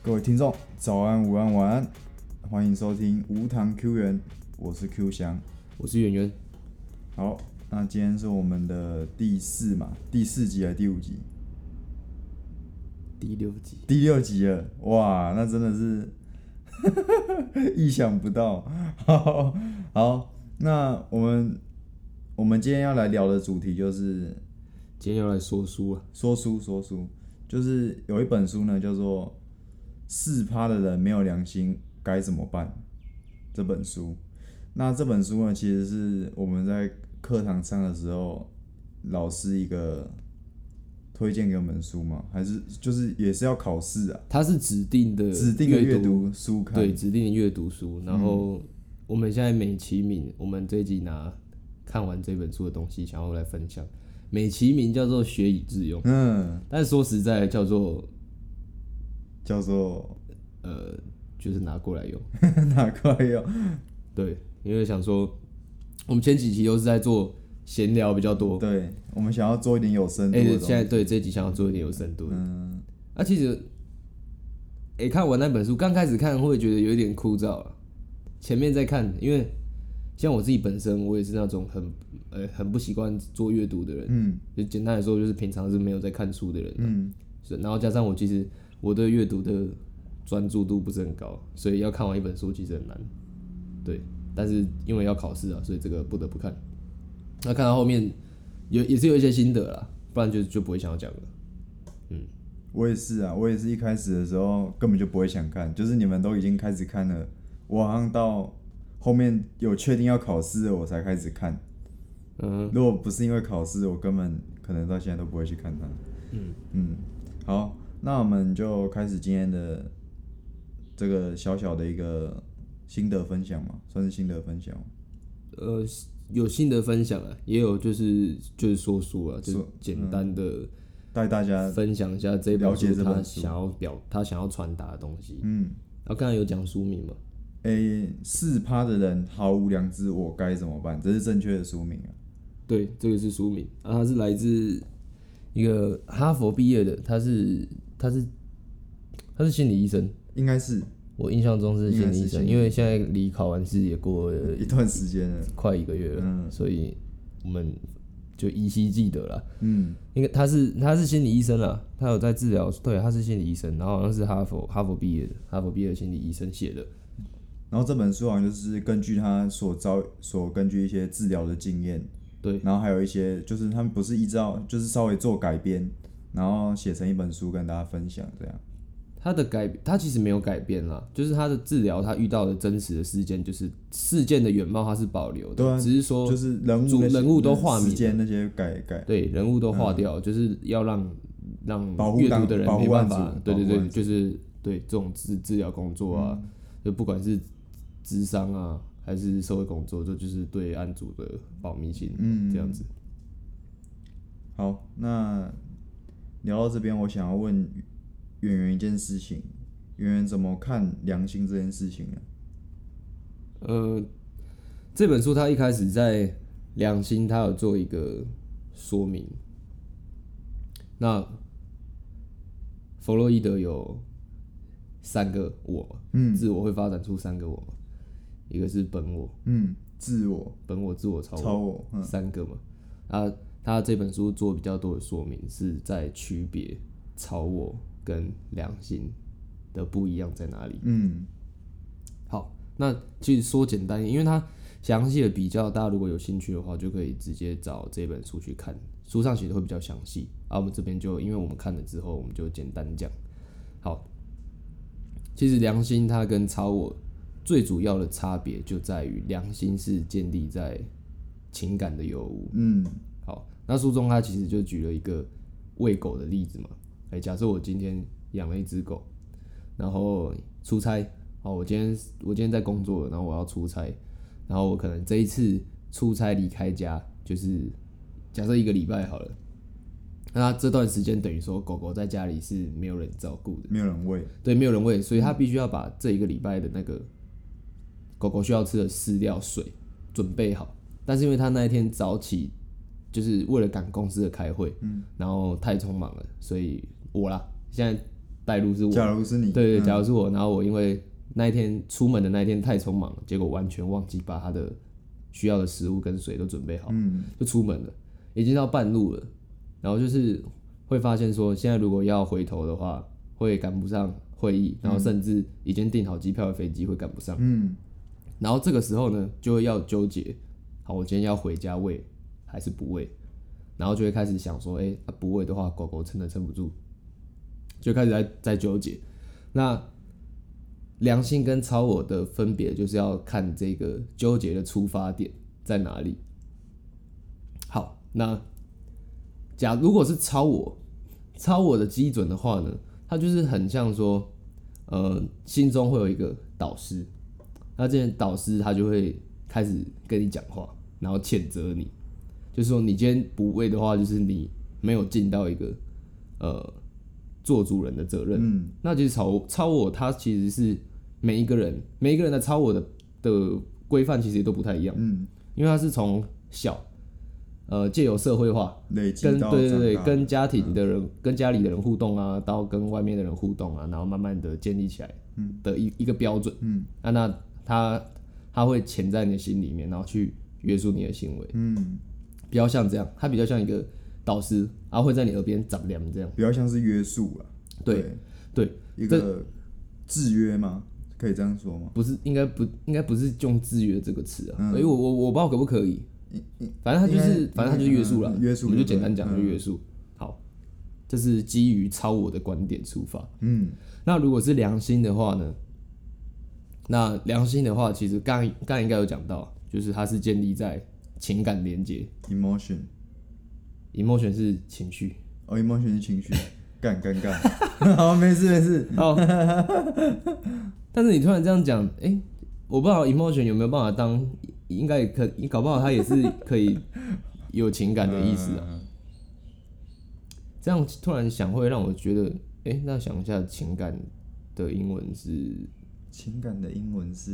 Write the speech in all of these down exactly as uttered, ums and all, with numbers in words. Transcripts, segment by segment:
各位听众，早安、午安、晚安，欢迎收听无糖 Q 园，我是 Q 翔， 我是圆圆。 好，那今天是我们的第四嘛，第四集还是第五集？ 第六集， 第六集了，哇，那真的是意想不到。好，好，那我们我们今天要来聊的主题就是今天要来说书啊， 说书，说书，就是有一本书呢，叫做《四趴的人没有良心该怎么办》这本书。那这本书呢，其实是我们在课堂上的时候，老师一个推荐给我们的书嘛，还是就是也是要考试啊？ 它是指定的指定的阅读书刊， 对，指定的阅读书。然后我们现在美其名，我们这一集拿看完这本书的东西，想要来分享。美其名叫做学以致用， 嗯， 但说实在叫做叫做呃，就是拿过来用。 哪块用？ 对，因为想说，我们前几期都是在做闲聊比较多， 对，我们想要做一点有深度哎、 的东西。 现在对这一集想要做一点有深度的。 嗯， 啊，其实，哎、看完那本书，刚开始看会觉得有一点枯燥了。前面再看，因为像我自己本身，我也是那种很呃很不习惯做阅读的人。 嗯， 就简单来说，就是平常是没有在看书的人。 嗯， 是，然后加上我其实我对阅读的专注度不是很高，所以要看完一本书其实很难。对，但是因为要考试啊，所以这个不得不看。那看到后面有也是有一些心得啦，不然就就不会想要讲了。嗯。 我也是啊，我也是一开始的时候根本就不会想看，就是你们都已经开始看了，我好像到后面有确定要考试了，我才开始看。 嗯， 如果不是因为考试，我根本可能到现在都不会去看它。 嗯嗯，好，那我们就开始今天的这个小小的一个心得分享嘛，算是心得分享。 呃，有心得分享啊，也有就是就是说书啊，就是简单的带大家分享一下这本了解书他这本书想要表他想要传达的东西。 嗯， 然后刚才有讲书名嘛， 诶，四趴的人毫无良知，我该怎么办？这是正确的书名啊。 对，这个是书名啊，他是来自一个哈佛毕业的，他是他是他是心理医生， 应该是我印象中是心理医生， 应该是心理因为现在离考完试也过了一段时间了。 快一个月了， 嗯所以我们就依稀记得了。 嗯， 因为他是他是心理医生啦，他有在治疗，对，他是心理医生，然后好像是哈佛哈佛毕业的，哈佛毕业的心理医生写的。 然后这本书好像就是根据他所招所根据一些治疗的经验， 对， 然后还有一些就是他们不是依照就是稍微做改编，然后写成一本书跟大家分享这样。 他的改，他其实没有改变啦，就是他的治疗，他遇到的真实的事件，就是事件的原貌，他是保留的， 对啊， 只是说就是人物主那些人物都化名时间那些改改， 对，人物都划掉，就是要让让保护阅读的人保护案没办法组， 对对对， 保护案组就是对这种治治疗工作啊，就不管是咨商啊，还是社会工作，这就是对案组的保密性， 嗯这样子。 好，那聊到这边，我想要问圆圆一件事情，圆圆怎么看良心这件事情呢？ 呃，这本书它一开始在良心，它有做一个说明。那弗洛伊德有三个我嘛， 嗯自我会发展出三个我嘛，一个是本我， 嗯，自我、 本我、自我、超我， 超我，嗯三个嘛。啊，他这本书做比较多的说明，是在区别超我跟良心的不一样在哪里。 嗯好，那其实说简单，因为它详细的比较，大家如果有兴趣的话，就可以直接找这本书去看，书上写的会比较详细。啊，我们这边就因为我们看了之后，我们就简单讲。好，其实良心它跟超我最主要的差别就在于，良心是建立在情感的有无。 嗯好，那书中他其实就举了一个喂狗的例子嘛。哎、假设我今天养了一只狗，然后出差，好，我今天我今天在工作，然后我要出差，然后我可能这一次出差离开家，就是假设一个礼拜好了。那这段时间等于说狗狗在家里是没有人照顾的， 没有人喂， 对，没有人喂，所以他必须要把这一个礼拜的那个狗狗需要吃的饲料、水准备好。但是因为他那一天早起，就是为了赶公司的开会，嗯，然后太匆忙了，所以我啦，现在带入是我， 假如是你， 对对， 嗯假如是我，然后我因为那一天出门的那一天太匆忙了，结果完全忘记把他的需要的食物跟水都准备好， 嗯就出门了，已经到半路了，然后就是会发现说，现在如果要回头的话，会赶不上会议，然后甚至已经订好机票的飞机会赶不上， 嗯然后这个时候呢，就会要纠结，好，我今天要回家喂还是不喂？然后就会开始想说，哎、啊不喂的话，狗狗撑都撑不住，就开始在在纠结。那良心跟超我的分别，就是要看这个纠结的出发点在哪里。好，那假如果是超我，超我的基准的话呢，它就是很像说，呃，心中会有一个导师，那这些导师他就会开始跟你讲话，然后谴责你，就是说你今天不喂的话，就是你没有尽到一个呃做主人的责任。 嗯那其实超超我，它其实是每一个人每一个人的超我的的规范其实也都不太一样， 嗯， 因为它是从小呃借由社会化累积到跟对对对长大跟家庭的人、跟家里的人互动啊，到跟外面的人互动啊，然后慢慢的建立起来的一、一个标准。 嗯啊，那它它会潜在你的心里面，然后去约束你的行为， 嗯， 比较像这样，它比较像一个导师，然后会在你耳边长两这样。 比较像是约束啦， 对对， 一个制约吗？可以这样说吗？ 不是应该不应该不是用制约这个词啊， 嗯所以我我我不知道可不可以，反正它就是反正它就是约束了， 嗯约束我们就简单讲对就约束。好，这是基于超我的观点出发。 嗯那如果是良心的话呢？那良心的话，其实刚刚刚应该有讲到，就是它是建立在情感连接 ，emotion， ，emotion 是情绪。 哦，emotion 是情绪，干干干，好，没事没事， 好，但是你突然这样讲，哎、欸，我不知道 emotion 有没有办法当，应该也可，搞不好它也是可以有情感的意思啊。 嗯这样突然想会让我觉得，哎、欸，那想一下情感的英文是， 情感的英文是，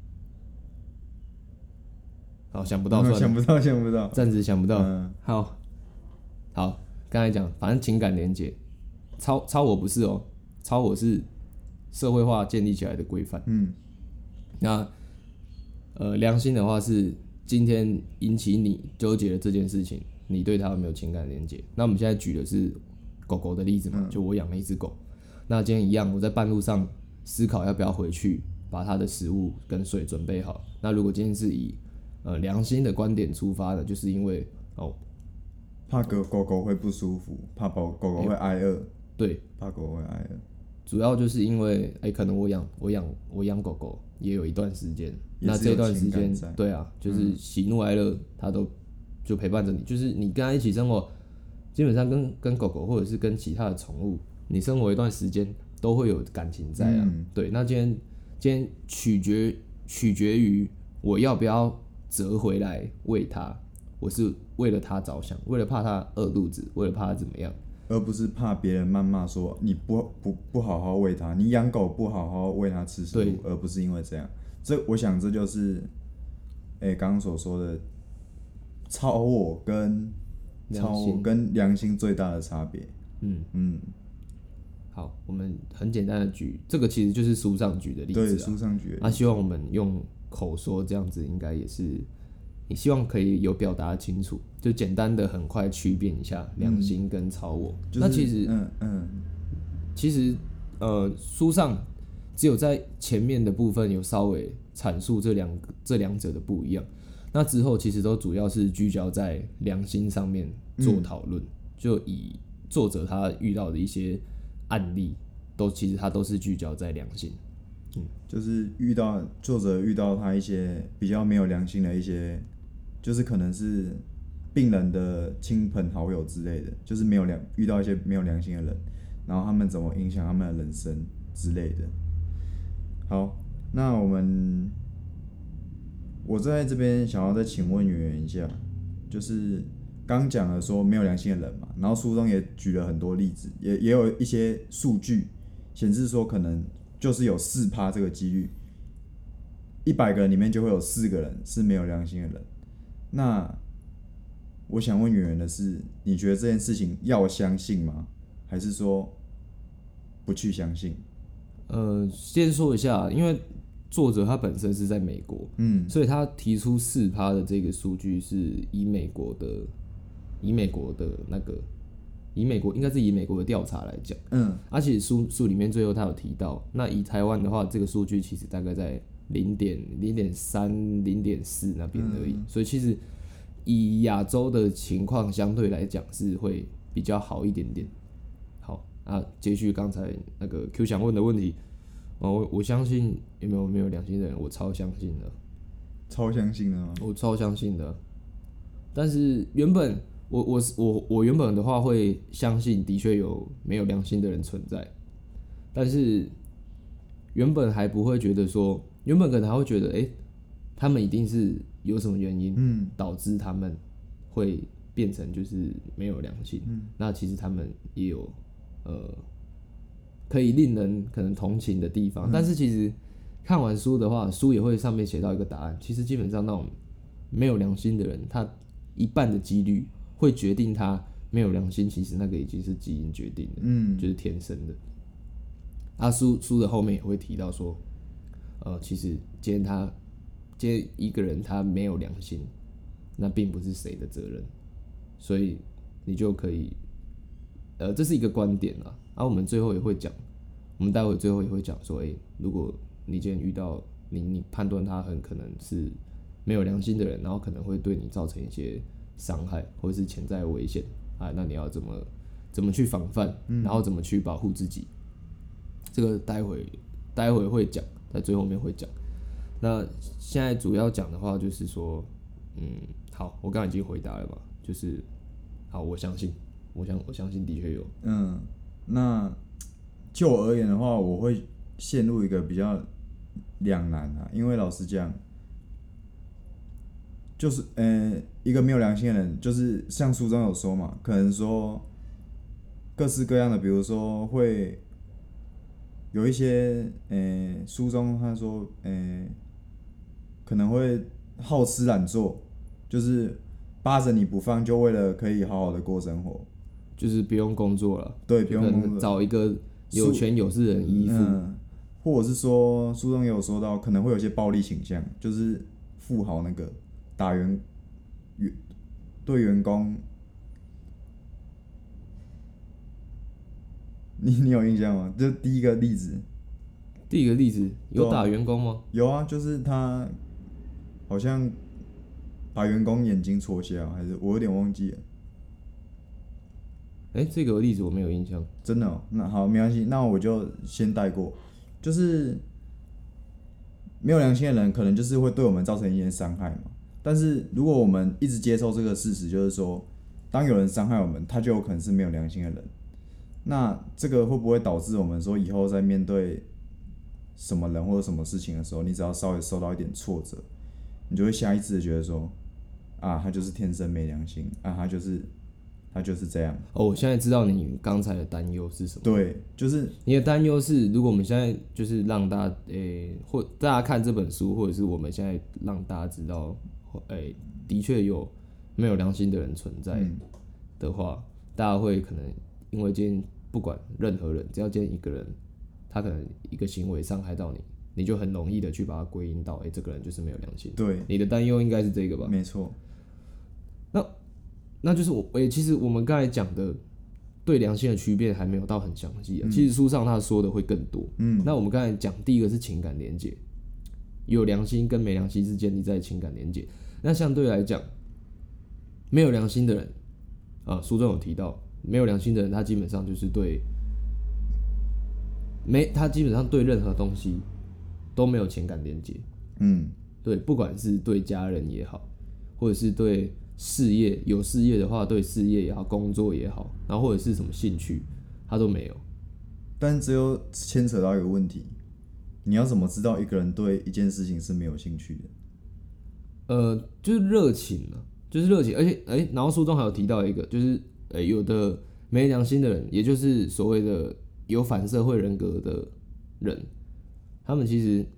好想不到算了， 想不到想不到， 暂时想不到。 嗯好，好，刚才讲，反正情感连接，超超我不是哦，超我是社会化建立起来的规范。 嗯那呃，良心的话是今天引起你纠结的这件事情，你对它有没有情感连接？那我们现在举的是狗狗的例子嘛， 嗯就我养了一只狗，那今天一样，我在半路上思考要不要回去把它的食物跟水准备好。那如果今天是以呃良心的观点出发的，就是因为哦， 怕狗狗狗会不舒服，怕狗狗狗会挨饿， 对， 怕狗狗会挨饿， 主要就是因为哎、欸，可能我养我养我养狗狗也有一段时间，那也是有这段时间情感在对啊，就是喜怒哀乐它都就陪伴着你，就是你跟它一起生活，基本上跟跟狗狗或者是跟其他的宠物，你生活一段时间都会有感情在啊。 嗯对，那今天今天取决取决于我要不要折回来喂它，我是为了它着想，为了怕它饿肚子，为了怕它怎么样。 而不是怕别人谩骂说你不不不好好喂它，你养狗不好好喂它吃食物，而不是因为这样。这我想这就是，哎、欸，刚刚所说的超我跟超我跟良心最大的差别。 嗯嗯， 好，我们很简单的举这个，其实就是书上举的例子啊。 对，书上举的例子。 那、啊、希望我们用口说这样子，应该也是你希望可以有表达清楚，就简单的很快区辨一下良心跟超我。 嗯就是、 那其实， 嗯嗯， 其实呃，书上只有在前面的部分有稍微阐述这两个这两者的不一样。那之后其实都主要是聚焦在良心上面做讨论，嗯、就以作者他遇到的一些案例，都其实他都是聚焦在良心。嗯， 就是遇到作者遇到他一些比较没有良心的一些，就是可能是病人的亲朋好友之类的，就是没有良遇到一些没有良心的人，然后他们怎么影响他们的人生之类的。好，那我们我在这边想要再请问圆圆一下，就是刚讲了说没有良心的人嘛，然后书中也举了很多例子，也也有一些数据显示说可能就是有四趴这个几率，一百个人里面就会有四个人是没有良心的人。那我想问圆圆的是，你觉得这件事情要相信吗？还是说不去相信？ 呃，先说一下，因为作者他本身是在美国， 嗯， 所以他提出四趴的这个数据是以美国的，以美国的那个，以美国应该是以美国的调查来讲， 嗯， 而且书书里面最后他有提到，那以台湾的话，这个数据其实大概在零点零点三、零点四那边而已， 嗯所以其实以亚洲的情况相对来讲是会比较好一点点。好啊，接续刚才那个 Q 想问的问题，哦，我我相信有没有没有良心的人，我超相信的， 超相信的吗？ 我超相信的。但是原本我我我我原本的话会相信，的确有没有良心的人存在，但是原本还不会觉得说，原本可能还会觉得，哎、欸，他们一定是有什么原因， 嗯， 导致他们会变成就是没有良心。嗯，那其实他们也有呃可以令人可能同情的地方，嗯、但是其实看完书的话，书也会上面写到一个答案，其实基本上那种没有良心的人，他一半的几率会决定他没有良心，其实那个已经是基因决定的，嗯，就是天生的。啊，书书的后面也会提到说，呃，其实今天他今天一个人他没有良心，那并不是谁的责任，所以你就可以，呃，这是一个观点啊。啊，我们最后也会讲，我们待会最后也会讲说，哎、欸，如果你今天遇到你你判断他很可能是没有良心的人，然后可能会对你造成一些伤害或者是潜在危险啊，那你要怎么怎么去防范，然后怎么去保护自己？这个待会待会会讲，在最后面会讲。那现在主要讲的话就是说，嗯，好，我刚才已经回答了嘛，就是好，我相信，我相我相信的确有。 嗯，那就我而言的话，我会陷入一个比较两难啊，因为老实讲，就是呃，一个没有良心的人，就是像书中有说嘛，可能说各式各样的，比如说会。有一些，诶、欸，书中他说，诶、欸，可能会好吃懒做，就是扒着你不放，就为了可以好好的过生活， 就是不用工作了， 对，不用工作， 找一个有权有势人依附， 嗯，或者是说书中也有说到，可能会有一些暴力倾向，就是富豪那个打员员对员工。你你有印象吗？就第一个例子， 第一个例子有打员工吗？ 有啊，就是他好像把员工眼睛戳瞎，还是我有点忘记了。 哎、欸，这个例子我没有印象。 真的、喔？那好，没关系，那我就先带过。就是没有良心的人，可能就是会对我们造成一些伤害嘛。但是如果我们一直接受这个事实，就是说，当有人伤害我们，他就有可能是没有良心的人。那这个会不会导致我们说以后在面对什么人或者什么事情的时候，你只要稍微受到一点挫折，你就会下意识的觉得说，啊，他就是天生没良心，啊，他就是他就是这样。 哦，我现在知道你刚才的担忧是什么。 对，就是你的担忧是，如果我们现在就是让大家，诶、欸，或大家看这本书，或者是我们现在让大家知道，诶、欸，的确有没有良心的人存在的话，嗯、大家会可能因为今天。不管任何人，只要今天一个人，他可能一个行为伤害到你，你就很容易的去把它归因到，哎、欸，这个人就是没有良心。 对， 你的担忧应该是这个吧？ 没错。 那那就是我，哎、欸，其实我们刚才讲的对良心的区别还没有到很详细啊。嗯、其实书上他说的会更多。嗯。那我们刚才讲第一个是情感连结，有良心跟没良心之间你在情感连结。那相对来讲，没有良心的人，啊，书中有提到。没有良心的人，他基本上就是对没他基本上对任何东西都没有情感连接。嗯，对，不管是对家人也好，或者是对事业有事业的话，对事业也好，工作也好，然后或者是什么兴趣，他都没有。 但只有牵扯到一个问题，你要怎么知道一个人对一件事情是没有兴趣的？ 呃，就是热情啊，就是热情，而且哎、欸，然后书中还有提到一个，就是。呃、欸，有的没良心的人，也就是所谓的有反社会人格的人，他们其实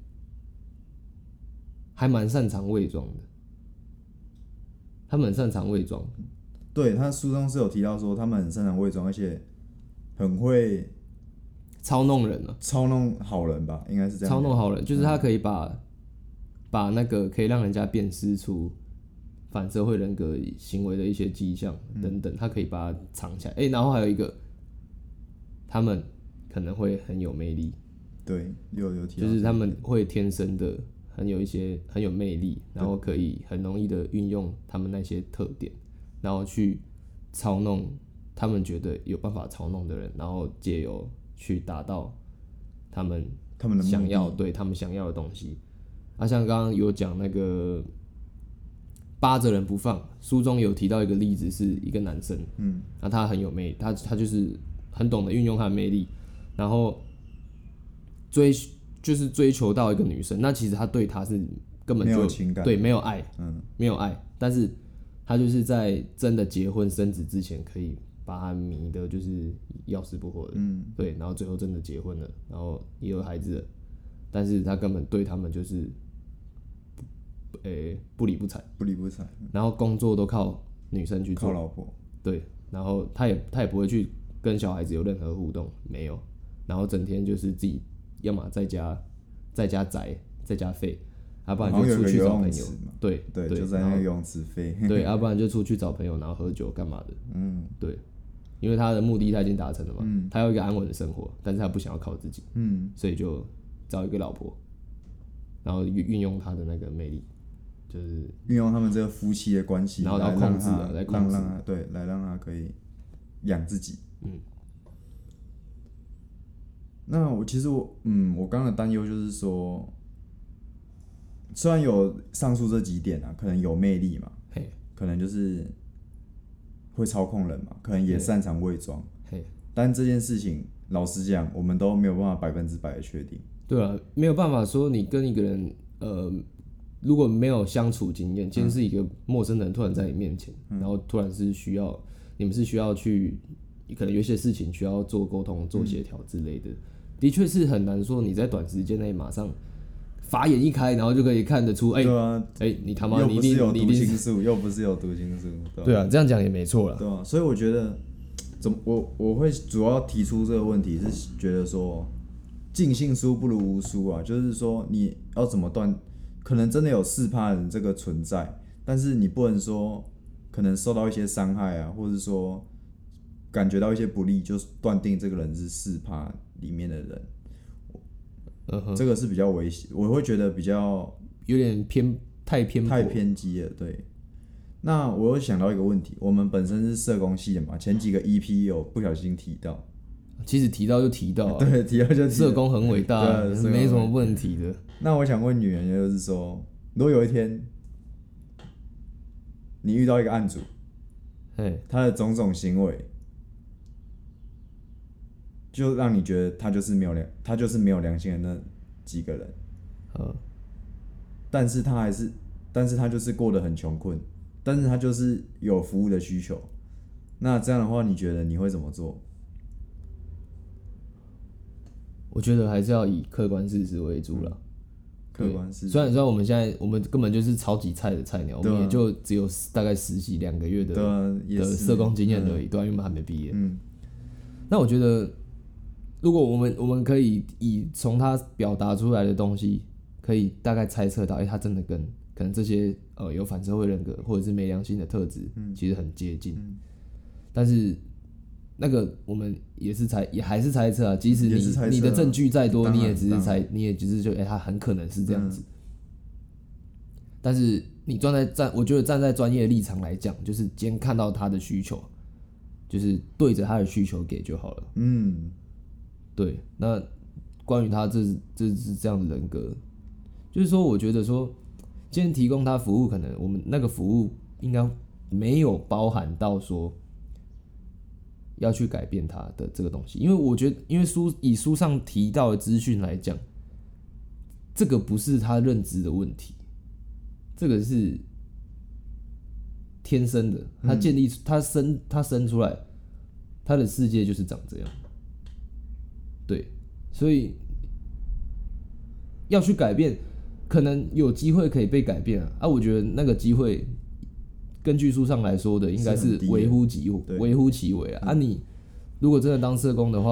还蛮擅长伪装的。他们很擅长伪装。 对，他书中是有提到说，他们很擅长伪装，而且很会操弄人了， 操弄好人吧，应该是这样。 操弄好人就是他可以把、嗯、把那个可以让人家辨识出反社会人格行为的一些迹象等等，他可以把它藏起来。哎、欸，然后还有一个，他们可能会很有魅力。 对，有有提到， 就是他们会天生的很有一些很有魅力，然后可以很容易的运用他们那些特点，然后去操弄他们觉得有办法操弄的人，然后借由去达到他们他们的想要对他们想要的东西。啊，像刚刚有讲那个扒着人不放，书中有提到一个例子，是一个男生，嗯，那他很有魅力，他他就是很懂得运用他的魅力，然后追就是追求到一个女生，那其实他对她是根本就没有情感， 对，没有爱， 嗯， 没有爱，但是他就是在真的结婚生子之前，可以把他迷的就是要死不活的，嗯，对，然后最后真的结婚了，然后也有孩子了，但是他根本对他们就是呃、欸、不理不睬， 不理不睬， 然后工作都靠女生去做， 靠老婆， 对，然后他也他也不会去跟小孩子有任何互动，没有，然后整天就是自己要么在家在家宅在家废，要、啊、不然就出去找朋友，对对，就在那个游泳池废， 对，要、啊、不然就出去找朋友，然后喝酒干嘛的，嗯，对，因为他的目的他已经达成了嘛，嗯，他要一个安稳的生活，但是他不想要靠自己，嗯，所以就找一个老婆，然后运用他的那个魅力。就是运用他们这个夫妻的关系， 然后来控制啊，来控制， 让他对，来让他可以养自己。嗯，那我其实我嗯，我刚刚的担忧就是说，虽然有上述这几点啊，可能有魅力嘛，可能就是会操控人嘛，可能也擅长伪装，但这件事情老实讲，我们都没有办法百分之百的确定。 对啊，没有办法说你跟一个人呃。如果没有相处经验，今天是一个陌生人突然在你面前，嗯、然后突然是需要你们是需要去，可能有些事情需要做沟通、做协调之类的，嗯、的确是很难说你在短时间内马上法眼一开，然后就可以看得出，哎、欸，哎、啊欸，你他妈你一定有读心术，又不是有读心术， 对啊，对啊，这样讲也没错啦， 对啊，所以我觉得，怎我我会主要提出这个问题是觉得说，尽信书不如无书啊，就是说你要怎么断。可能真的有四趴人这个存在，但是你不能说可能受到一些伤害啊，或者说感觉到一些不利，就断定这个人是四趴里面的人。Uh-huh. 这个是比较危险，我会觉得比较有点偏太偏太偏激了。对，那我又想到一个问题，我们本身是社工系的嘛，前几个 E P 有不小心提到。 其实提到就提到、啊， 对，提到就提到。 社工很伟大、啊，没什么不能提的。 那我想问女人，就是说，如果有一天你遇到一个案主，他的种种行为，就让你觉得他就是没有良，他就是没有良心的那几个人，嗯，但是他还是，但是他就是过得很穷困，但是他就是有服务的需求，那这样的话，你觉得你会怎么做？ 我觉得还是要以客观事实为主啦。 客观事实。 虽然说我们现在我们根本就是超级菜的菜鸟，我们也就只有大概实习两个月的的社工经验而已，对啊，因为我们还没毕业。嗯。那我觉得，如果我们我们可以以从他表达出来的东西，可以大概猜测到，哎、欸，他真的跟可能这些呃有反社会人格或者是没良心的特质，嗯、其实很接近。嗯、但是。那个我们也是猜，也还是猜测啊。即使你、啊、你的证据再多，你也只是猜，你也只是就哎、欸，他很可能是这样子。嗯、但是你站在站，我觉得站在专业立场来讲，就是今天看到他的需求，就是对着他的需求给就好了。嗯，对。那关于他这这是这样的人格，就是说，我觉得说，今天提供他服务，可能我们那个服务应该没有包含到说。要去改变他的这个东西，因为我觉得，因为书以书上提到的资讯来讲，这个不是他认知的问题，这个是天生的，他建立他生他生出来，他的世界就是长这样，对，所以要去改变，可能有机会可以被改变啊，啊我觉得那个机会。根据书上来说的，应该是微乎其微乎其微啊！啊，你如果真的当社工的话，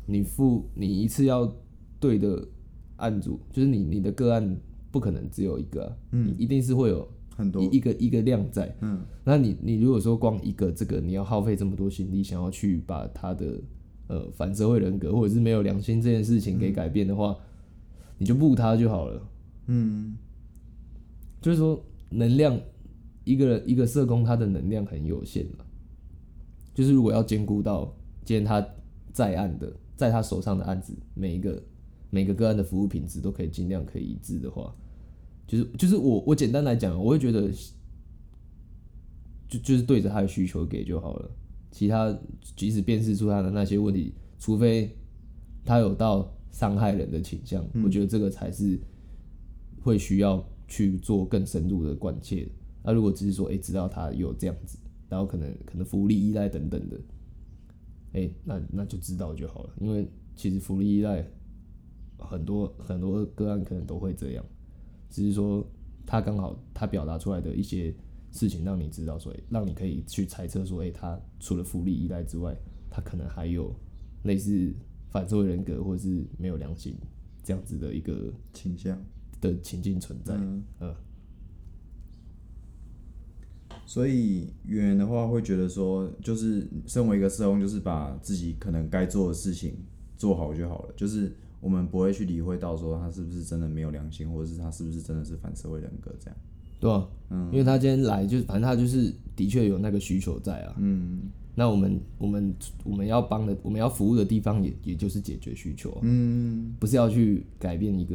你付你一次要对的案主，就是你你的个案不可能只有一个、啊，嗯，你一定是会有很多一个一个量在， 嗯， 那你你如果说光一个这个，你要耗费这么多心力，想要去把他的呃反社会人格或者是没有良心这件事情给改变的话，嗯、你就不他就好了， 嗯， 就是说能量一个一个社工他的能量很有限了，就是如果要兼顾到今天他在案的在他手上的案子每一个每个个案的服务品质都可以尽量可以一致的话，就是就是我我简单来讲，我会觉得就就是对着他的需求给就好了，其他即使辨识出他的那些问题，除非他有到伤害人的倾向，嗯、我觉得这个才是会需要去做更深入的关切的。那、啊、如果只是说，哎、欸，知道他有这样子，然后可能可能福利依赖等等的，哎、欸，那那就知道就好了。因为其实福利依赖很多很多个案可能都会这样，只是说他刚好他表达出来的一些事情让你知道，所以让你可以去猜测说，哎、欸，他除了福利依赖之外，他可能还有类似反社会人格或者是没有良心这样子的一个倾向的情境存在。嗯。嗯， 所以圆圆的话会觉得说，就是身为一个社工，就是把自己可能该做的事情做好就好了，就是我们不会去理会到说他是不是真的没有良心，或者是他是不是真的是反社会人格这样。 对啊，嗯，因为他今天来就反正他就是的确有那个需求在啊，嗯，那我们我们我们要帮的我们要服务的地方也也就是解决需求、啊，嗯，不是要去改变一个，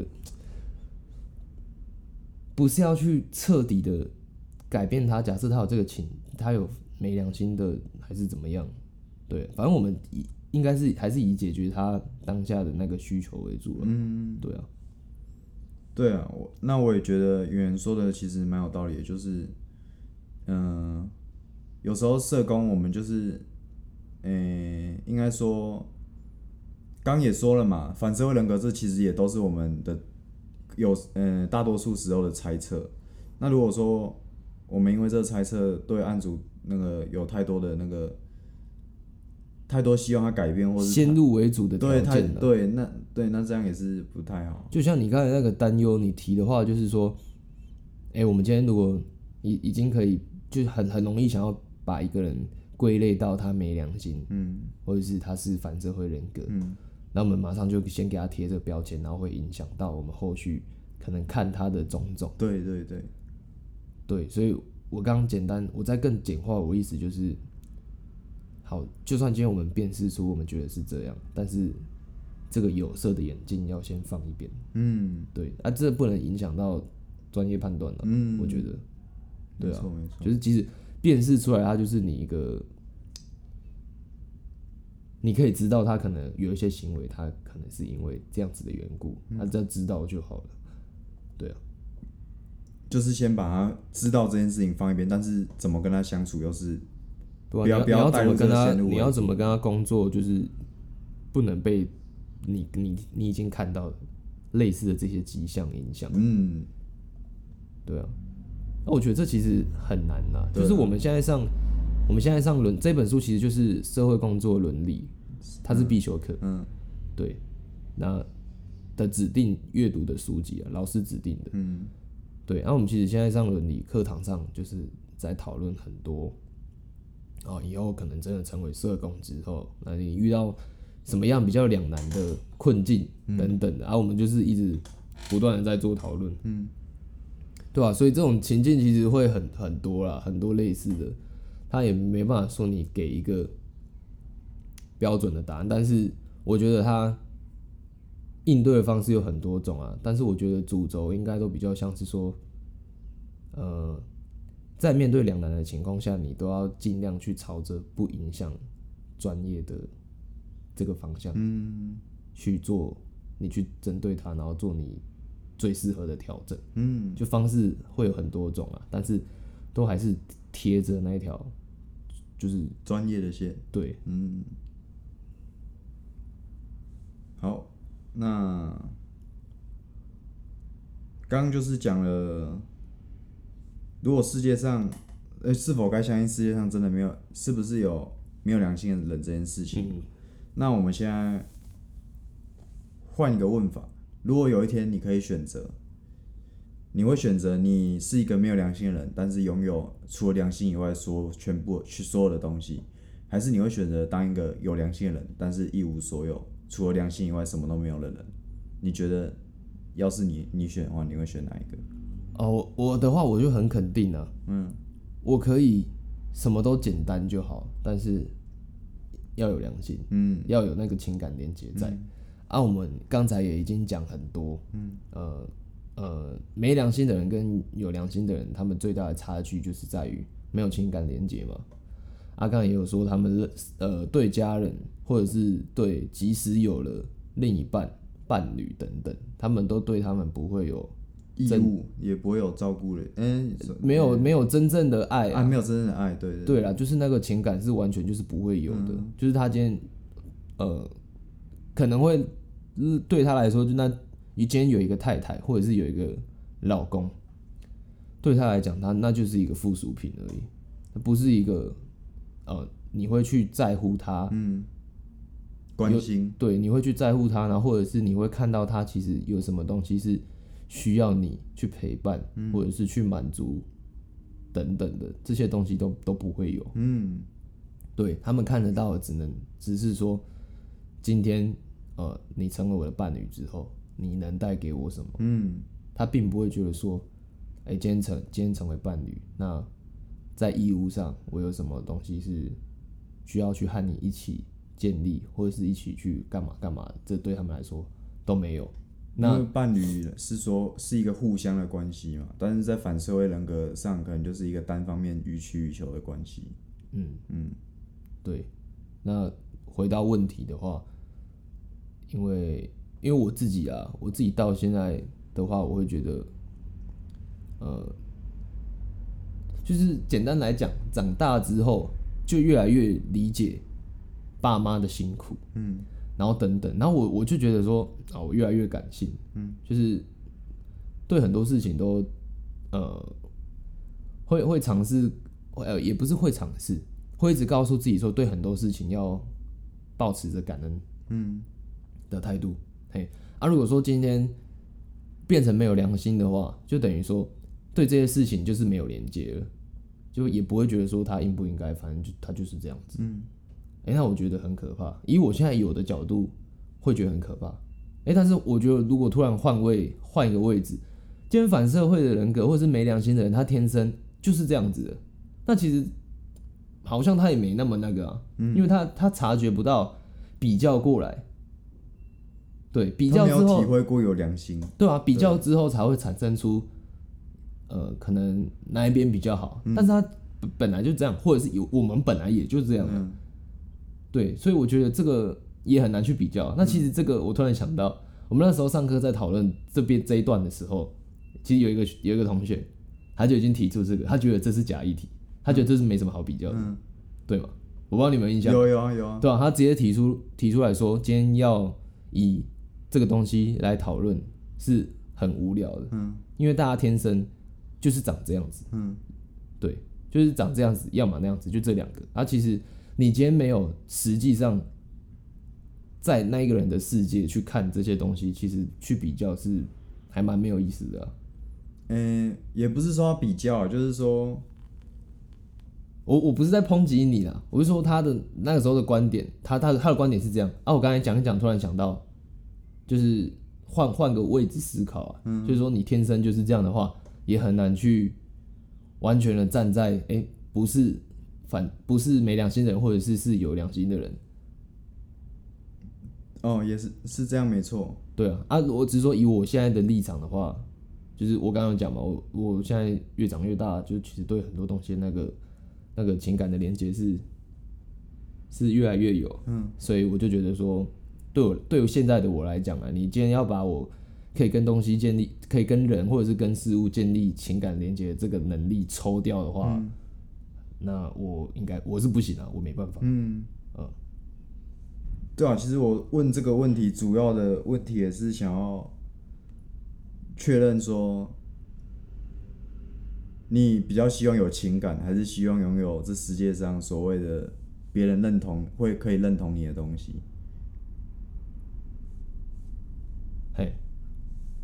不是要去彻底的。改变他，假设他有这个情，他有没良心的，还是怎么样？对，反正我们应该是还是以解决他当下的那个需求为主了。嗯，对啊， 对啊，我那我也觉得圆圆说的其实蛮有道理的，就是，嗯、呃，有时候社工我们就是，诶、欸，应该说，刚也说了嘛，反社会人格这其实也都是我们的有，呃，大多数时候的猜测。那如果说我们因为这个猜测对案主那个有太多的那个太多希望他改变，或是先入为主的条件了，对，那对那这样也是不太好。 就像你刚才那个担忧，你提的话就是说，哎、欸，我们今天如果已已经可以，就很很容易想要把一个人归类到他没良心，嗯，或者是他是反社会人格，嗯，那我们马上就先给他贴这个标签，然后会影响到我们后续可能看他的种种。 对对对。 对，所以我刚刚简单，我再更简化，我意思就是，好，就算今天我们辨识出我们觉得是这样，但是这个有色的眼镜要先放一边。嗯，对，啊，这不能影响到专业判断了。嗯，我觉得，对啊， 没错， 就是即使辨识出来，它就是你一个，你可以知道他可能有一些行为，他可能是因为这样子的缘故，他只要知道就好了。对啊。 就是先把他知道这件事情放一边，但是怎么跟他相处又是不要、 啊、 不要带入这个陷入。 你要怎么跟他工作，就是不能被你你你已经看到类似的这些迹象影响。嗯，对啊。那我觉得这其实很难啦，就是我们现在上我们现在上伦这本书其实就是社会工作伦理，它是必修课。嗯，对，那的指定阅读的书籍啊，老师指定的。嗯。对，那、啊、我们其实现在上伦理课堂上，就是在讨论很多，哦，以后可能真的成为社工之后，那你遇到什么样比较两难的困境等等的，然、嗯、后、啊、我们就是一直不断的在做讨论，嗯，对吧、啊？所以这种情境其实会很很多啦，很多类似的，他也没办法说你给一个标准的答案，但是我觉得他。应对的方式有很多种啊，但是我觉得主轴应该都比较像是说，呃，在面对两难的情况下，你都要尽量去朝着不影响专业的这个方向，嗯，去做，你去针对它，然后做你最适合的调整，嗯，就方式会有很多种啊，但是都还是贴着那一条，就是专业的线， 对， 嗯，好。那刚刚就是讲了，如果世界上，呃，是否该相信世界上真的没有，是不是有没有良心的人这件事情？嗯、那我们现在换一个问法，如果有一天你可以选择，你会选择你是一个没有良心的人，但是拥有除了良心以外所全部去所有的东西，还是你会选择当一个有良心的人，但是一无所有，除了良心以外什么都没有的人？你觉得，要是你你选的话，你会选哪一个？ 哦，我的话我就很肯定了，嗯，我可以什么都简单就好，但是要有良心，嗯，要有那个情感连接在。嗯、啊，我们刚才也已经讲很多，嗯，呃呃，没良心的人跟有良心的人，他们最大的差距就是在于没有情感连接嘛。阿、啊、刚才也有说，他们呃对家人或者是对即使有了另一半、伴侣等等，他们都对他们不会有义务，也不会有照顾的，嗯、欸， 没有没有真正的爱啊， 啊没有真正的爱，对对对啦，就是那个情感是完全就是不会有的，嗯、就是他今天呃可能会对他来说，就那你今天有一个太太，或者是有一个老公，对他来讲，他那就是一个附属品而已，不是一个呃你会去在乎他， 嗯，关心， 对，你会去在乎他，然后或者是你会看到他其实有什么东西是需要你去陪伴，嗯、或者是去满足等等的这些东西都都不会有，嗯，对他们看得到的只能只是说今天呃你成为我的伴侣之后，你能带给我什么？嗯，他并不会觉得说，哎、欸，今天成今天成为伴侣，那在义务上我有什么东西是需要去和你一起建立，或者是一起去干嘛干嘛，这对他们来说都没有。那因为伴侣是说是一个互相的关系嘛，但是在反社会人格上，可能就是一个单方面予取予求的关系。 嗯嗯，对。那回到问题的话，因为因为我自己啊，我自己到现在的话，我会觉得，呃，就是简单来讲，长大之后就越来越理解爸妈的辛苦，嗯，然后等等，然后我我就觉得说啊，我越来越感性，嗯，就是对很多事情都呃会会尝试，呃也不是会尝试，会一直告诉自己说，对很多事情要抱持着感恩，嗯的态度，嘿，啊，如果说今天变成没有良心的话，就等于说对这些事情就是没有连接了，就也不会觉得说他应不应该，反正就他就是这样子，嗯。哎、欸，那我觉得很可怕。以我现在有的角度，会觉得很可怕。哎、欸，但是我觉得如果突然换位，换一个位置，今天反社会的人格，或者是没良心的人，他天生就是这样子的。那其实好像他也没那么那个啊，嗯、因为他他察觉不到比较过来，对，比较之后他没有体会过有良心， 对啊，比较之后才会产生出，呃，可能哪一边比较好，嗯、但是他本来就这样，或者是有我们本来也就这样、啊。嗯对，所以我觉得这个也很难去比较。那其实这个我突然想到，我们那时候上课在讨论这边这一段的时候，其实有一个有一个同学，他就已经提出这个，他觉得这是假议题，他觉得这是没什么好比较的，嗯、对吗？我不知道你们有印象？ 有有啊有啊。 对啊，他直接提出提出来说，今天要以这个东西来讨论是很无聊的，嗯，因为大家天生就是长这样子，嗯，对，就是长这样子，要么那样子，就这两个。啊，其实。你今天没有实际上在那一个人的世界去看这些东西，其实去比较是还蛮没有意思的、啊。 嗯、欸，也不是说要比较，就是说， 我我不是在抨击你啦，我是说他的那个时候的观点，他他的他的观点是这样啊。我刚才讲一讲，突然想到，就是换换个位置思考啊，嗯、就是说你天生就是这样的话，也很难去完全的站在哎、欸、不是。反不是没良心的人，或者是是有良心的人。 哦，也是是这样，没错。 对啊，啊，我只是说以我现在的立场的话，就是我刚刚讲嘛，我我现在越长越大，就其实对很多东西那个那个情感的连接是是越来越有，嗯，所以我就觉得说，对我对我现在的我来讲啊，你今天要把我可以跟东西建立，可以跟人或者是跟事物建立情感连接的这个能力抽掉的话。嗯，那我应该我是不行啊，我没办法。嗯嗯， 对啊，其实我问这个问题，主要的问题也是想要确认说，你比较希望有情感，还是希望拥有这世界上所谓的别人认同会可以认同你的东西？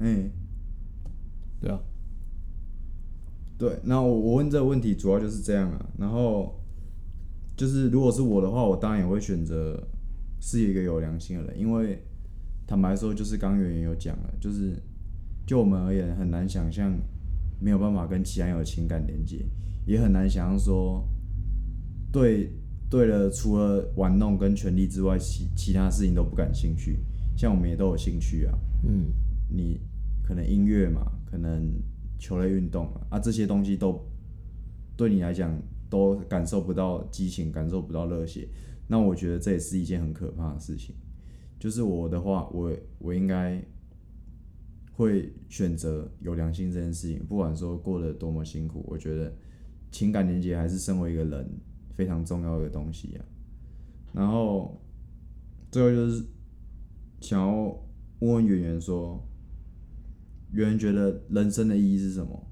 哎， 对啊， 对，那我我问这个问题主要就是这样啊。然后就是如果是我的话，我当然也会选择是一个有良心的人，因为坦白说，就是刚刚圆圆有讲了，就是就我们而言，很难想象没有办法跟其他人有情感连接，也很难想象说对对了，除了玩弄跟权力之外，其其他事情都不感兴趣。像我们也都有兴趣啊， 嗯， 你可能音乐嘛，可能球类运动啊，啊这些东西都对你来讲都感受不到激情，感受不到热血。那我觉得这也是一件很可怕的事情。就是我的话，我我应该会选择有良心这件事情，不管说过得多么辛苦，我觉得情感连接还是身为一个人非常重要的东西啊。然后最后就是想要问问圆圆说，圆圆觉得人生的意义是什么？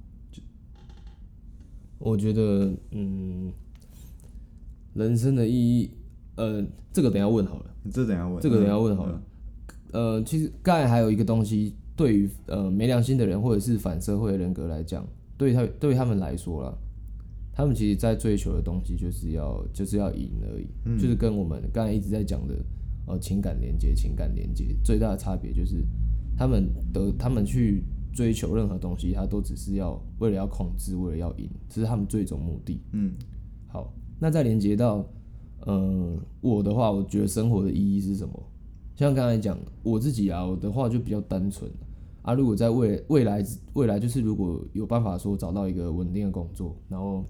我觉得，嗯，人生的意义，呃，这个等一下问好了， 你这等一下问， 这个等一下问好了。 嗯、 呃，其实刚才还有一个东西，对于呃没良心的人或者是反社会的人格来讲，对他对他们来说啦，他们其实在追求的东西就是要就是要赢而已， 嗯、 就是跟我们刚才一直在讲的呃情感连接，情感连接最大的差别就是他们的他们去追求任何东西，他都只是要为了要控制，为了要赢，这是他们最终目的。 嗯， 好，那再连接到呃我的话，我觉得生活的意义是什么？像刚才讲我自己啊，我的话就比较单纯啊。如果在未未来未来就是如果有办法说找到一个稳定的工作，然后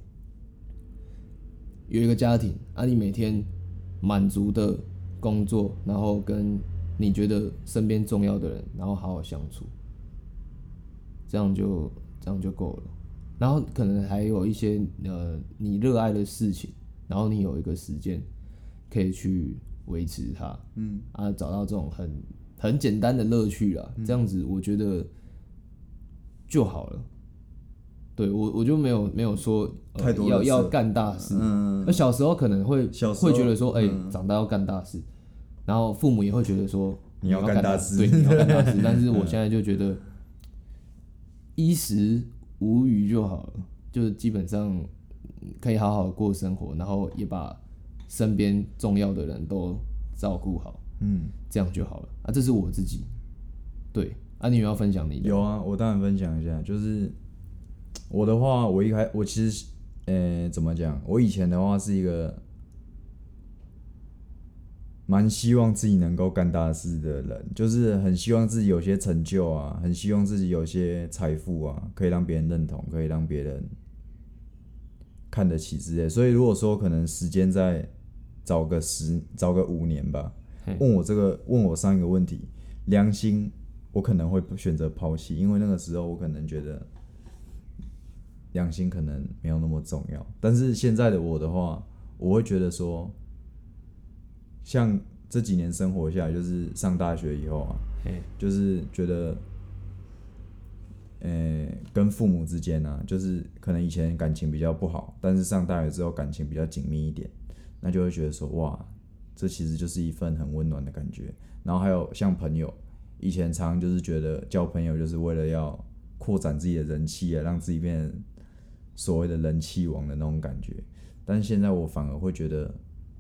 有一个家庭啊，你每天满足的工作，然后跟你觉得身边重要的人，然后好好相处，这样就这样就够了。然后可能还有一些呃你热爱的事情，然后你有一个时间可以去维持它，嗯啊，找到这种很很简单的乐趣啦，这样子我觉得就好了。对我我就没有没有说、呃、 太多要要干大事。 嗯， 那小时候可能会小时候会觉得说，哎、 嗯长大要干大事，然后父母也会觉得说你要要干大事对，你要干大事。但是我现在就觉得衣食无余就好了，就基本上可以好好过生活，然后也把身边重要的人都照顾好， 嗯， 这样就好了啊。这是我自己，对啊，你有没有要分享你的？ 有啊，我当然分享一下，就是我的话，我一开我其实，呃、怎么讲？我以前的话是一个蛮希望自己能够干大事的人，就是很希望自己有些成就啊，很希望自己有些财富啊，可以让别人认同，可以让别人看得起之类。所以如果说可能时间再找个十，找个五年吧，问我这个问我上一个问题，良心我可能会选择抛弃，因为那个时候我可能觉得良心可能没有那么重要。但是现在的我的话，我会觉得说，像这几年生活下来，就是上大学以后啊，就是觉得，呃，跟父母之间啊，就是可能以前感情比较不好，但是上大学之后感情比较紧密一点，那就会觉得说，哇，这其实就是一份很温暖的感觉。然后还有像朋友，以前常常就是觉得交朋友就是为了要扩展自己的人气啊，让自己变成所谓的人气王的那种感觉。但是现在我反而会觉得，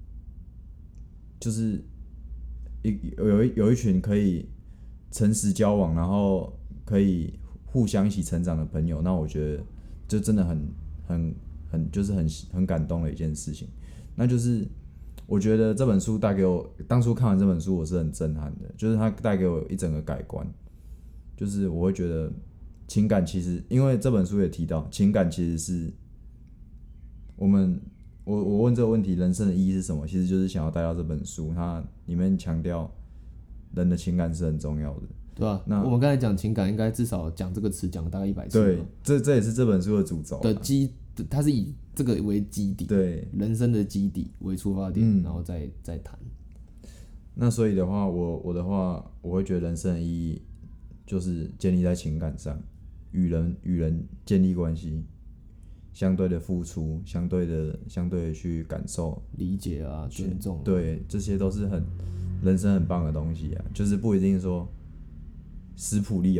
就是一有一有一群可以诚实交往，然后可以互相一起成长的朋友，那我觉得就真的很很很就是很很感动的一件事情。那就是我觉得这本书带给我，当初看完这本书我是很震撼的，就是它带给我一整个改观，就是我会觉得情感其实，因为这本书也提到，情感其实是我们。我我问这个问题，人生的意义是什么？其实就是想要带到这本书，它里面强调人的情感是很重要的， 对吧、啊？ 那我们刚才讲情感，应该至少讲这个词讲了大概一百次。 对，这这也是这本书的主轴的基，它是以这个为基底， 对， 人生的基底为出发点，嗯、然后再再谈。 那所以的话，我我的话，我会觉得人生的意义就是建立在情感上，与人与人建立关系。相对的付出，相对的相对的去感受、 理解啊、尊重啊， 对，这些都是很人生很棒的东西啊。就是不一定说斯普利哦，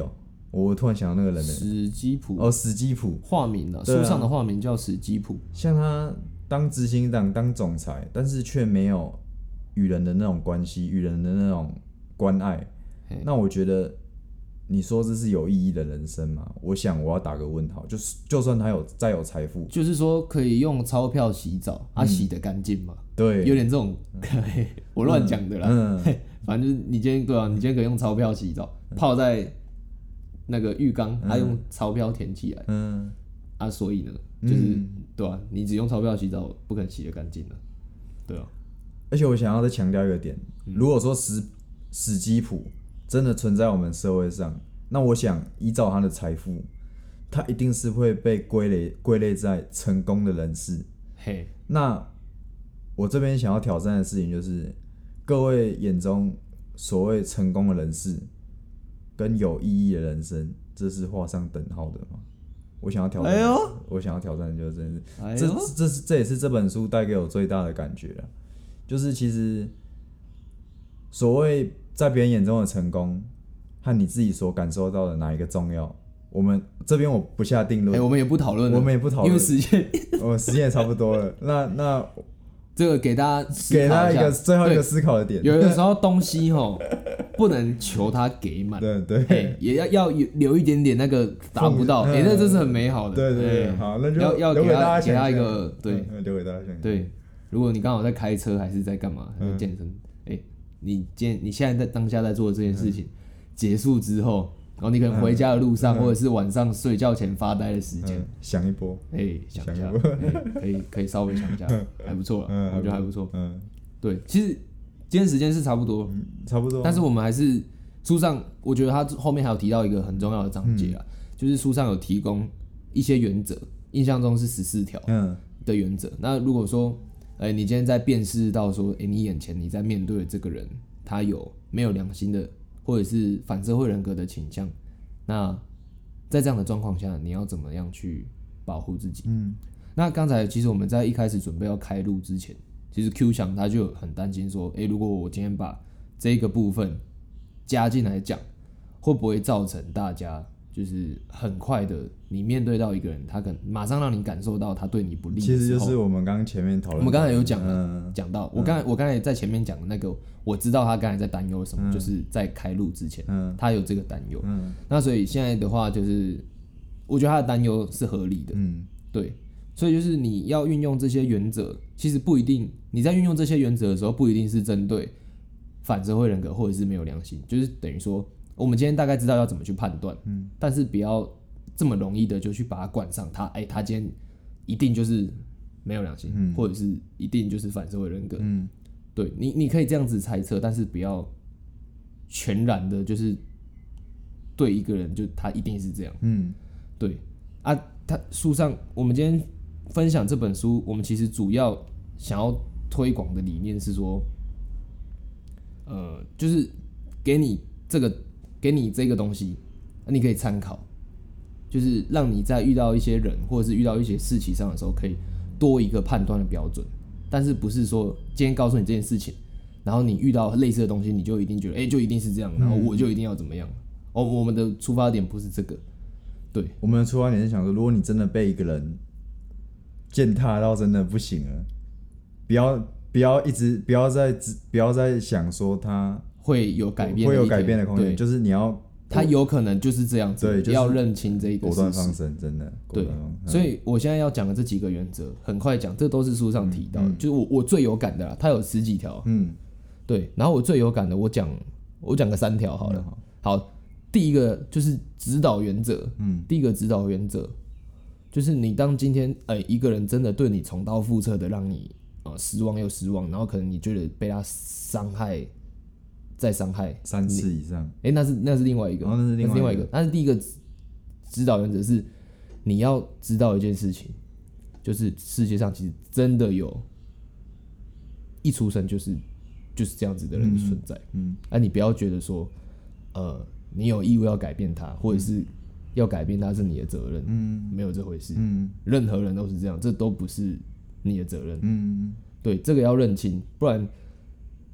我突然想到那个人呢， 史基普哦，史基普化名啊， 对啊书上的化名叫史基普。 像他当执行长、当总裁，但是却没有与人的那种关系、与人的那种关爱。那我觉得，你说这是有意义的人生吗？我想我要打个问号。就是就算他有再有财富， 就是说可以用钞票洗澡，啊，洗得干净嘛？ 对， 有点这种，我乱讲的啦。 嗯， 反正就是你今天对啊，你今天可以用钞票洗澡，泡在那个浴缸，他、嗯啊、用钞票填起来。嗯，啊，所以呢，就是、嗯、对啊，你只用钞票洗澡，不可能洗得干净的。对啊。 而且我想要再强调一个点，如果说史史基普真的存在我们社会上，那我想依照他的财富，他一定是会被归类归类在成功的人士。 嘿， 那我这边想要挑战的事情就是，各位眼中所谓成功的人士跟有意义的人生，这是画上等号的吗？我想要挑战，哎呦，我想要挑战的就是真是，哎、这这是这也是这本书带给我最大的感觉了，就是其实所谓在别人眼中的成功，和你自己所感受到的哪一个重要？我们这边我不下定论、 欸，我们也不讨论， 我们也不讨论， 因为时间， 我们时间也差不多了。那那这个给大家给大家一个最后一个思考的点， 有的时候东西吼不能求它给满， 对对， 也要要留一点点那个达不到，哎、欸，那这是很美好的。 对对对，好，那就要要留给大家给他一个对， 留给大家想象。 对，如果你刚好在开车还是在干嘛，还在健身，哎、嗯欸，你今你现在在当下在做的这件事情、嗯、结束之后。然后你可能回家的路上，嗯、或者是晚上睡觉前发呆的时间、嗯， 想一波， 哎、欸，想一下，欸、可以可以稍微想一下，还不错了，嗯、我觉得还不错。嗯，对，其实今天时间是差不多、嗯， 差不多。 但是我们还是书上，我觉得他后面还有提到一个很重要的章节啊、嗯，就是书上有提供一些原则，印象中是十四条的原则、嗯。那如果说，哎、欸，你今天在辨识到说，哎、欸，你眼前你在面对的这个人，他有没有良心的？或者是反社会人格的倾向，那在这样的状况下，你要怎么样去保护自己？嗯，那刚才其实我们在一开始准备要开录之前，其实 Q 翔他就很担心说，哎、欸，如果我今天把这个部分加进来讲，会不会造成大家就是很快的，你面对到一个人，他可能马上让你感受到他对你不利的时候， 其实就是我们刚刚前面讨论， 我们刚才有讲了，讲、嗯、到我刚才、嗯、我刚才在前面讲的那个。我知道他刚才在担忧什么、嗯，就是在开录之前，嗯、他有这个担忧、嗯。那所以现在的话，就是我觉得他的担忧是合理的、嗯，对。所以就是你要运用这些原则，其实不一定你在运用这些原则的时候，不一定是针对反社会人格或者是没有良心，就是等于说，我们今天大概知道要怎么去判断、嗯，但是不要这么容易的就去把它冠上他，哎、欸，他今天一定就是没有良心，嗯、或者是一定就是反社会人格，嗯。对你，你可以这样子猜测，但是不要全然的，就是对一个人就他一定是这样。嗯，对啊，他书上我们今天分享这本书，我们其实主要想要推广的理念是说，呃，就是给你这个给你这个东西，你可以参考，就是让你在遇到一些人或者是遇到一些事情上的时候，可以多一个判断的标准。但是不是说今天告诉你这件事情，然后你遇到类似的东西，你就一定觉得，哎、欸，就一定是这样，然后我就一定要怎么样？哦，我们的出发点不是这个，对， 我们的出发点是想说，如果你真的被一个人践踏到真的不行了，不要不要一直不要再不要再想说他会有改变， 会有改变的空间，就是你要。 他有可能就是这样子，对，就是、要认清这一个事实。 果断放生，真的。 对，所以我现在要讲的这几个原则，很快讲，这都是书上提到的，嗯嗯、就是我我最有感的啦，它有十几条。嗯，对，然后我最有感的，我讲我讲个三条好了、嗯。好，第一个就是指导原则。嗯，第一个指导原则就是你当今天哎、欸、一个人真的对你重蹈覆辙的，让你啊、呃、失望又失望，然后可能你觉得被他伤害。再伤害三次以上， 哎、欸，那是那是另外一个， 哦、那是另外 一, 另外一个。但是第一个指导原则是，你要知道一件事情，就是世界上其实真的有，一出生就是就是这样子的人存在。嗯，啊，你不要觉得说，呃，你有义务要改变他，或者是要改变他是你的责任。嗯，没有这回事。嗯，任何人都是这样，这都不是你的责任。嗯，对，这个要认清，不然。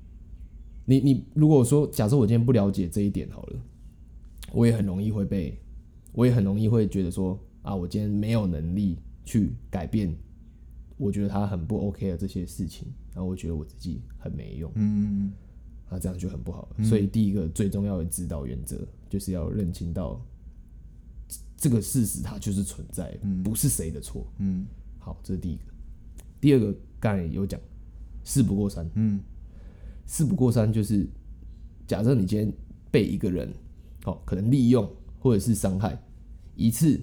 你你如果说假设我今天不了解这一点好了，我也很容易会被我也很容易会觉得说啊，我今天没有能力去改变，我觉得他很不 OK 的这些事情，然后我觉得我自己很没用， 嗯， 啊，这样就很不好了。嗯、所以第一个最重要的指导原则就是要认清到这个事实它就是存在的，嗯、不是谁的错。嗯，好，这是第一个。第二个刚才有讲，事不过三。嗯，事不过三就是假设你今天被一个人，哦，可能利用或者是伤害一次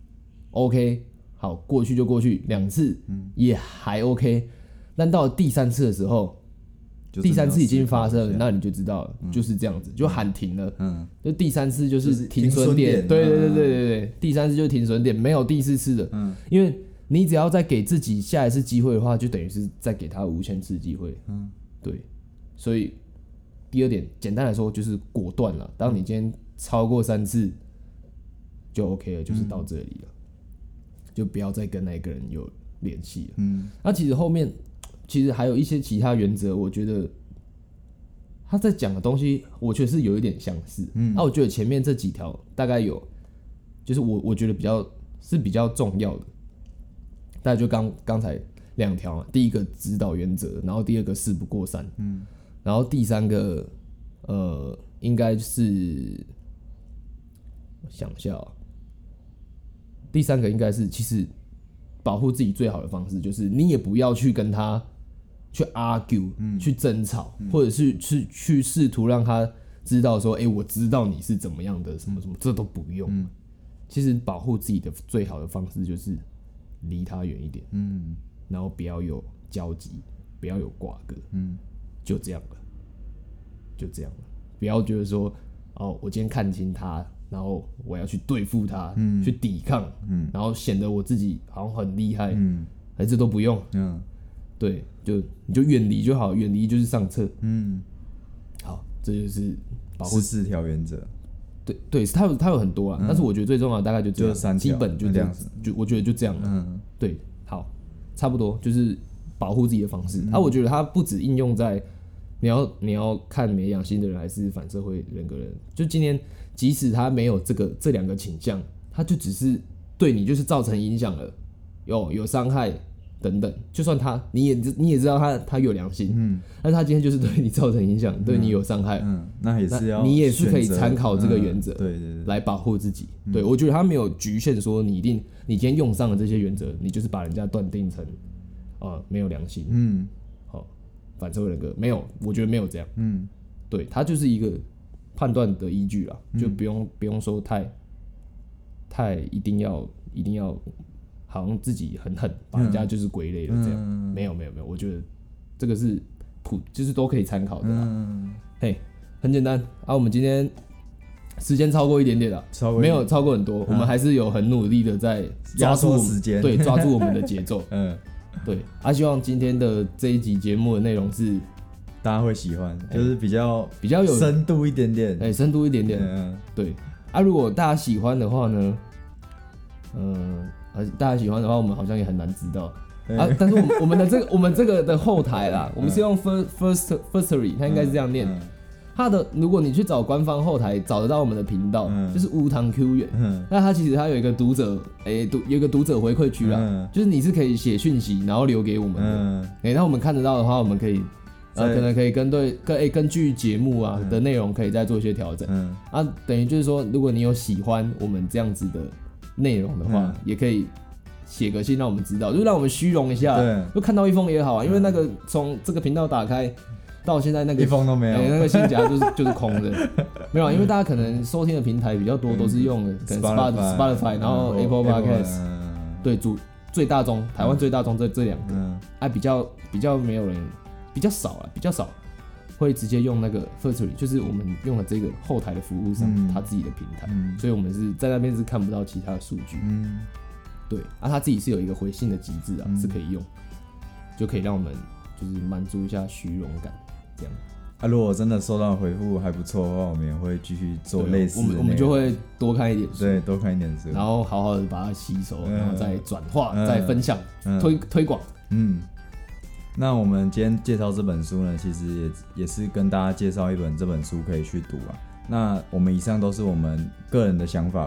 ，OK， 好，过去就过去，两次也还 OK，但到了第三次的时候。第三次已经发生了，那你就知道了，嗯、就是这样子，就喊停了。嗯，就第三次就是停损点，对对对对对对，第三次就是停损点，没有第四次的。嗯，因为你只要再给自己下一次机会的话，就等于是再给他无限次机会。嗯，对，所以第二点，简单来说就是果断了。当你今天超过三次，就 OK 了，就是到这里了，嗯、就不要再跟那个人有联系了。嗯，那其实后面。其实还有一些其他原则，我觉得他在讲的东西，我觉得是有一点相似。嗯，那、啊、我觉得前面这几条大概有，就是我我觉得比较是比较重要的，大概就刚刚才两条嘛，第一个指导原则，然后第二个事不过三，嗯，然后第三个呃应该是我想一下、喔，第三个应该是其实保护自己最好的方式就是你也不要去跟他。去 argue，、嗯、去争吵，嗯、或者是去去试图让他知道说，哎、欸，我知道你是怎么样的，什么什么，这都不用。嗯、其实保护自己的最好的方式就是离他远一点，嗯，然后不要有交集，不要有瓜葛，嗯，就这样了，就这样了，不要觉得说，哦，我今天看清他，然后我要去对付他，嗯、去抵抗，嗯、然后显得我自己好像很厉害，嗯，哎，这都不用，嗯。对，就你就远离就好，远离就是上策。嗯，好，这就是保护四条原则。 对对，它有它有很多啊，嗯、但是我觉得最重要的大概就这样， 就三基本就这样子，就我觉得就这样了。嗯，对，好，差不多就是保护自己的方式。嗯、啊，我觉得它不只应用在你要你要看没养心的人还是反社会人格人，就今天即使他没有这个这两个倾向，他就只是对你就是造成影响了，有有伤害。等等，就算他你也你也知道他他有良心，嗯，但是他今天就是对你造成影响，嗯、对你有伤害， 嗯，那也是要你也是可以参考这个原则， 嗯，对对对， 来保护自己。嗯、对我觉得他没有局限说你一定你今天用上了这些原则，你就是把人家断定成呃没有良心，嗯，好，反社会人格没有，我觉得没有这样，嗯，对，他就是一个判断的依据啦，嗯、就不用不用说太太一定要一定要。好像自己很狠，把人家就是归类了这样，嗯、没有没有没有，我觉得这个是普，就是都可以参考的啦。嗯、嘿，很简单啊，我们今天时间超过一点点了，没有超过很多，嗯、我们还是有很努力的在抓住时间， 对，抓住我们的节奏。嗯，对，啊，希望今天的这一集节目的内容是大家会喜欢，就是比较比较有深度一点点， 哎、欸，深度一点点，嗯、对。啊，如果大家喜欢的话呢，嗯。大家喜欢的话，我们好像也很难知道、嗯、啊。但是我们我们的这个我们这个的后台啦，嗯、我们是用 first first firstory， 它应该是这样念。嗯、它的如果你去找官方后台，找得到我们的频道，嗯、就是无糖 Q 源。嗯、那它其实它有一个读者，哎、欸，读有一个读者回馈区啦，嗯、就是你是可以写讯息，然后留给我们的。嗯，哎、欸，那我们看得到的话，我们可以。呃，可能可以跟对跟哎、欸、根据节目啊的内容，可以再做一些调整。嗯，啊，等于就是说，如果你有喜欢我们这样子的内容的话，嗯、也可以写个信让我们知道，就让我们虚荣一下，对，就看到一封也好啊。因为那个从这个频道打开到现在那个一封都没有， 欸、那个信夹就是就是空的，没有、啊，因为大家可能收听的平台比较多，都是用的可能 Spotify, Spotify， 然后 Apple Podcast，、嗯、对，主最大宗台湾最大宗这这两个，嗯、啊比较比较没有人。比较少啊，比较少会直接用那个 Firstory， 就是我们用的这个后台的服务上，嗯、他自己的平台，嗯、所以我们是在那边是看不到其他的数据。嗯，对，啊，他自己是有一个回信的机制啊，嗯、是可以用，就可以让我们就是满足一下虚荣感，这样。 啊，如果真的收到回复还不错的话，我们也会继续做类似的。 我们我们就会多看一点书， 对，多看一点书， 然后好好的把它吸收，嗯、然后再转化、嗯、再分享、嗯、推推广。嗯。 那我们今天介绍这本书呢，其实 也, 也是跟大家介绍一本这本书可以去读啊。那我们以上都是我们个人的想法吧。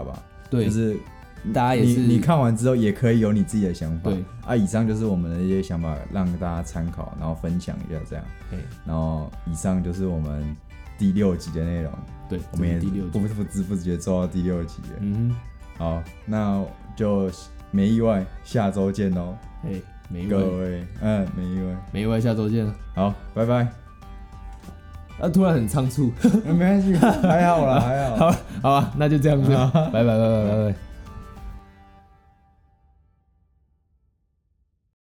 对， 就是大家也是你你看完之后也可以有你自己的想法。 对啊，以上就是我们的一些想法，让大家参考，然后分享一下这样。然后以上就是我们第六集的内容。 对， 我们也第六集不不知不觉做到第六集了。 嗯好，那就没意外，下周见喽。 哎，没意各外， 位，嗯，没意外。 没意外，下周见。 好，拜拜。 啊，突然很仓促， 没关系，还好啦，还好。 好，好吧，那就这样子，拜拜，拜拜，拜拜。